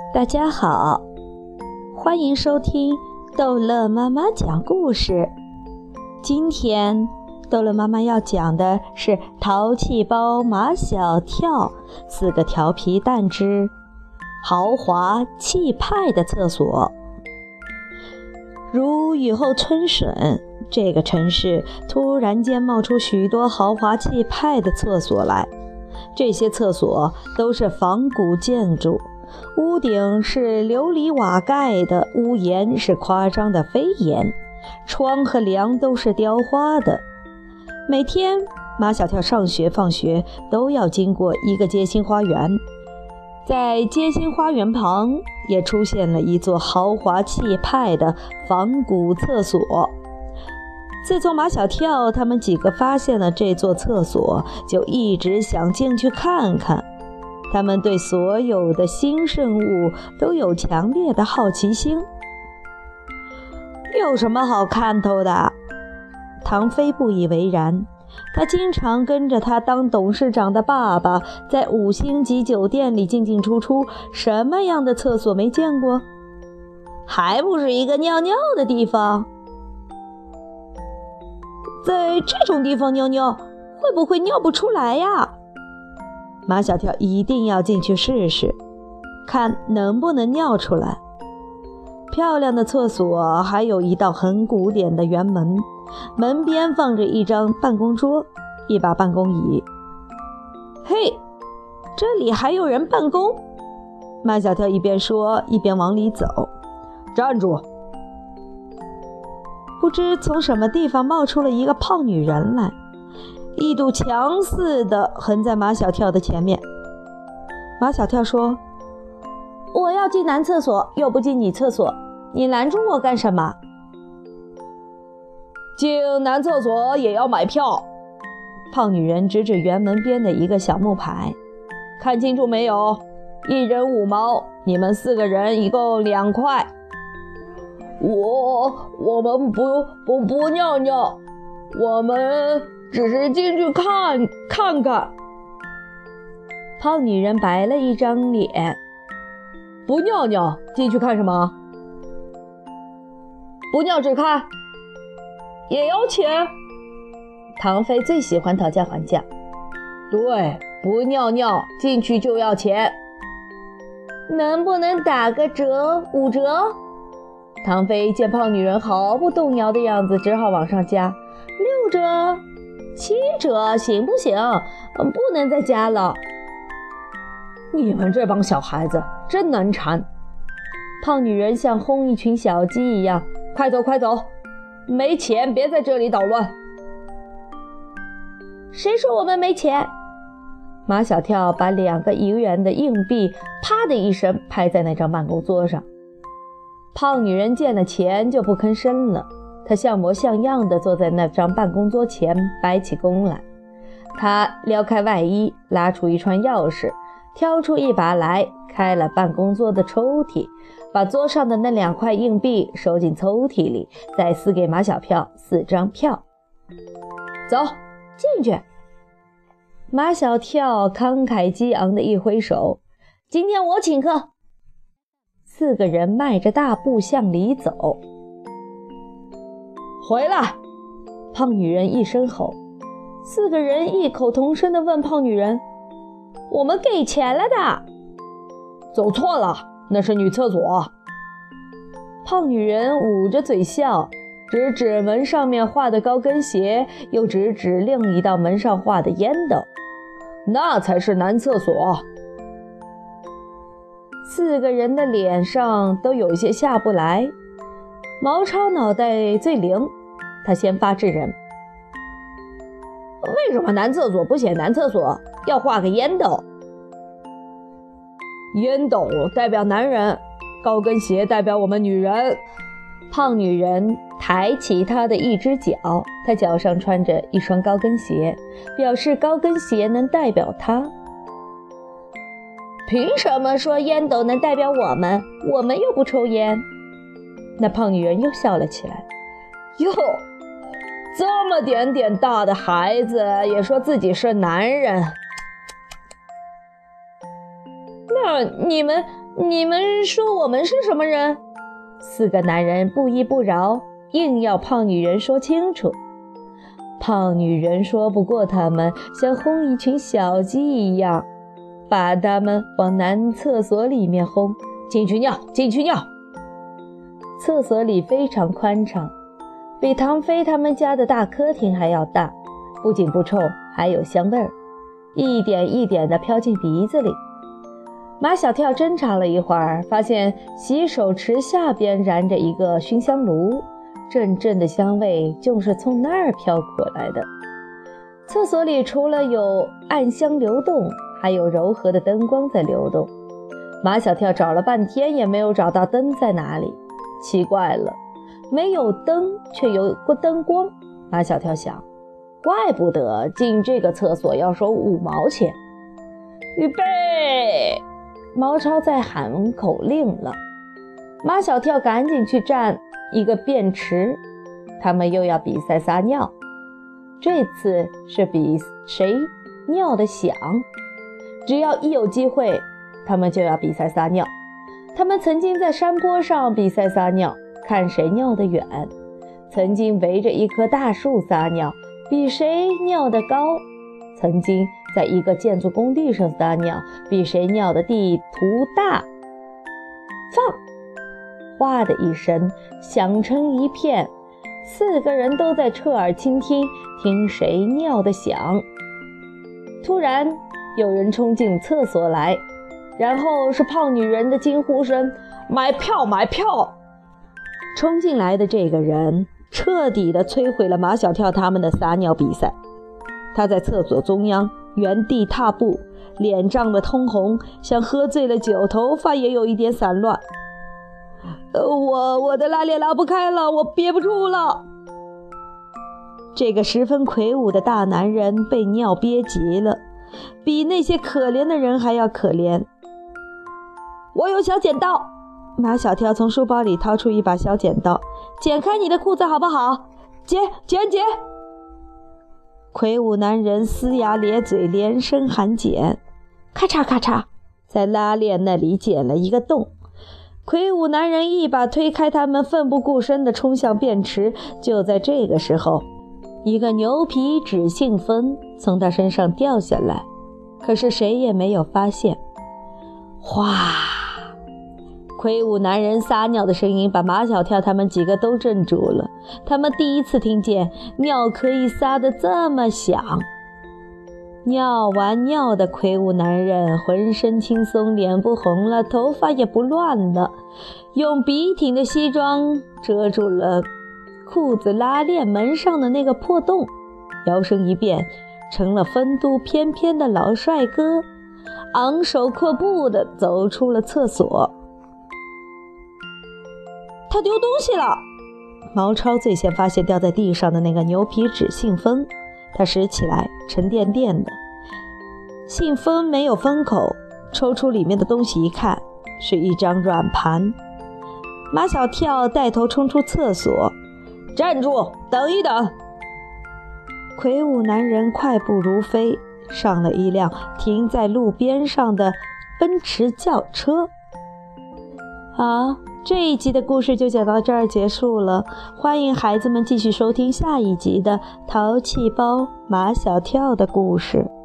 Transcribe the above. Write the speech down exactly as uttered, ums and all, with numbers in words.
大家好，欢迎收听逗乐妈妈讲故事。今天逗乐妈妈要讲的是淘气包马小跳四个调皮蛋之豪华气派的厕所。如雨后春笋，这个城市突然间冒出许多豪华气派的厕所来。这些厕所都是仿古建筑，屋顶是琉璃瓦盖的，屋檐是夸张的飞檐，窗和梁都是雕花的。每天马小跳上学放学都要经过一个街心花园，在街心花园旁也出现了一座豪华气派的仿古厕所。自从马小跳他们几个发现了这座厕所，就一直想进去看看。他们对所有的新生物都有强烈的好奇心。有什么好看头的？唐飞不以为然，他经常跟着他当董事长的爸爸在五星级酒店里进进出出，什么样的厕所没见过？还不是一个尿尿的地方。在这种地方尿尿，会不会尿不出来呀？马小跳一定要进去试试，看能不能尿出来。漂亮的厕所还有一道很古典的圆门，门边放着一张办公桌，一把办公椅。嘿，这里还有人办公？马小跳一边说一边往里走。站住！不知从什么地方冒出了一个胖女人来，一堵墙似的横在马小跳的前面。马小跳说：我要进男厕所，又不进女厕所，你拦住我干什么？ 进男厕所也要买票。 胖女人指指园门边的一个小木牌， 看清楚没有？一人五毛，你们四个人一共两块。我我们不不不尿尿，我们只是进去看看看。 胖女人白了一张脸。 不尿尿，进去看什么？不尿只看，也要钱。 唐飞最喜欢讨价还价。 对，不尿尿，进去就要钱。 能不能打个折，五折？唐飞见胖女人毫不动摇的样子，只好往上加。六折，七折，行不行？不能再加了。 你们这帮小孩子真难缠。 胖女人像轰一群小鸡一样， 快走快走，没钱别在这里捣乱。 谁说我们没钱？马小跳把两个一元的硬币啪的一声拍在那张办公桌上。胖女人见了钱就不吭声了，她像模像样地坐在那张办公桌前，摆起弓来。她撩开外衣，拉出一串钥匙，挑出一把来，开了办公桌的抽屉，把桌上的那两块硬币收进抽屉里，再撕给马小跳四张票。走，进去。马小跳慷慨激昂地一挥手，今天我请客。四个人迈着大步向里走。 回来！ 胖女人一声吼。四个人异口同声地问胖女人：我们给钱了的。 走错了，那是女厕所。 胖女人捂着嘴笑，指指门上面画的高跟鞋，又指指另一道门上画的烟斗。 那才是男厕所。 四个人的脸上都有些下不来。毛超脑袋最灵，他先发制人。 为什么男厕所不写男厕所，要画个烟斗？烟斗代表男人，高跟鞋代表我们女人。 胖女人抬起她的一只脚，她脚上穿着一双高跟鞋，表示高跟鞋能代表她。凭什么说烟斗能代表我们？我们又不抽烟。那胖女人又笑了起来。 哟，这么点点大的孩子也说自己是男人。 这你们你们说我们是什么人？ 四个男人不依不饶，硬要胖女人说清楚。胖女人说不过他们，像轰一群小鸡一样，把他们往男厕所里面轰。进去尿，进去尿。厕所里非常宽敞，比唐飞他们家的大客厅还要大，不仅不臭，还有香味儿，一点一点地飘进鼻子里。马小跳侦查了一会儿，发现洗手池下边燃着一个熏香炉，阵阵的香味就是从那儿飘过来的。厕所里除了有暗香流动，还有柔和的灯光在流动。马小跳找了半天也没有找到灯在哪里，奇怪了，没有灯却有个灯光。马小跳想，怪不得进这个厕所要收五毛钱。预备！毛超在喊口令了，马小跳赶紧去站一个便池，他们又要比赛撒尿，这次是比谁尿得响。只要一有机会，他们就要比赛撒尿。他们曾经在山坡上比赛撒尿，看谁尿得远；曾经围着一棵大树撒尿，比谁尿得高；曾经在一个建筑工地上撒尿，比谁尿的地图大。放！哗的一声，响成一片，四个人都在侧耳倾听，听谁尿得响。突然有人冲进厕所来，然后是胖女人的惊呼声：买票买票！冲进来的这个人彻底地摧毁了马小跳他们的撒尿比赛。他在厕所中央原地踏步，脸涨得通红，像喝醉了酒，头发也有一点散乱。呃，我我的拉链拉不开了，我憋不住了。这个十分魁梧的大男人被尿憋急了，比那些可怜的人还要可怜。我有小剪刀，马小跳从书包里掏出一把小剪刀，剪开你的裤子好不好？剪剪剪！魁梧男人呲牙咧嘴，连声喊剪。咔嚓咔嚓，在拉链那里剪了一个洞。魁梧男人一把推开他们，奋不顾身地冲向便池。就在这个时候，一个牛皮纸信封从他身上掉下来，可是谁也没有发现。哗！魁梧男人撒尿的声音把马小跳他们几个都镇住了，他们第一次听见尿可以撒得这么响。尿完尿的魁梧男人浑身轻松，脸不红了，头发也不乱了，用笔挺的西装遮住了裤子拉链门上的那个破洞，摇身一变成了风度翩翩的老帅哥，昂首阔步地走出了厕所。他丢东西了！毛超最先发现掉在地上的那个牛皮纸信封，他拾起来，沉甸甸的。信封没有封口，抽出里面的东西一看，是一张软盘。马小跳带头冲出厕所，站住，等一等！魁梧男人快步如飞，上了一辆停在路边上的奔驰轿车。好，这一集的故事就讲到这儿结束了，欢迎孩子们继续收听下一集的淘气包马小跳的故事。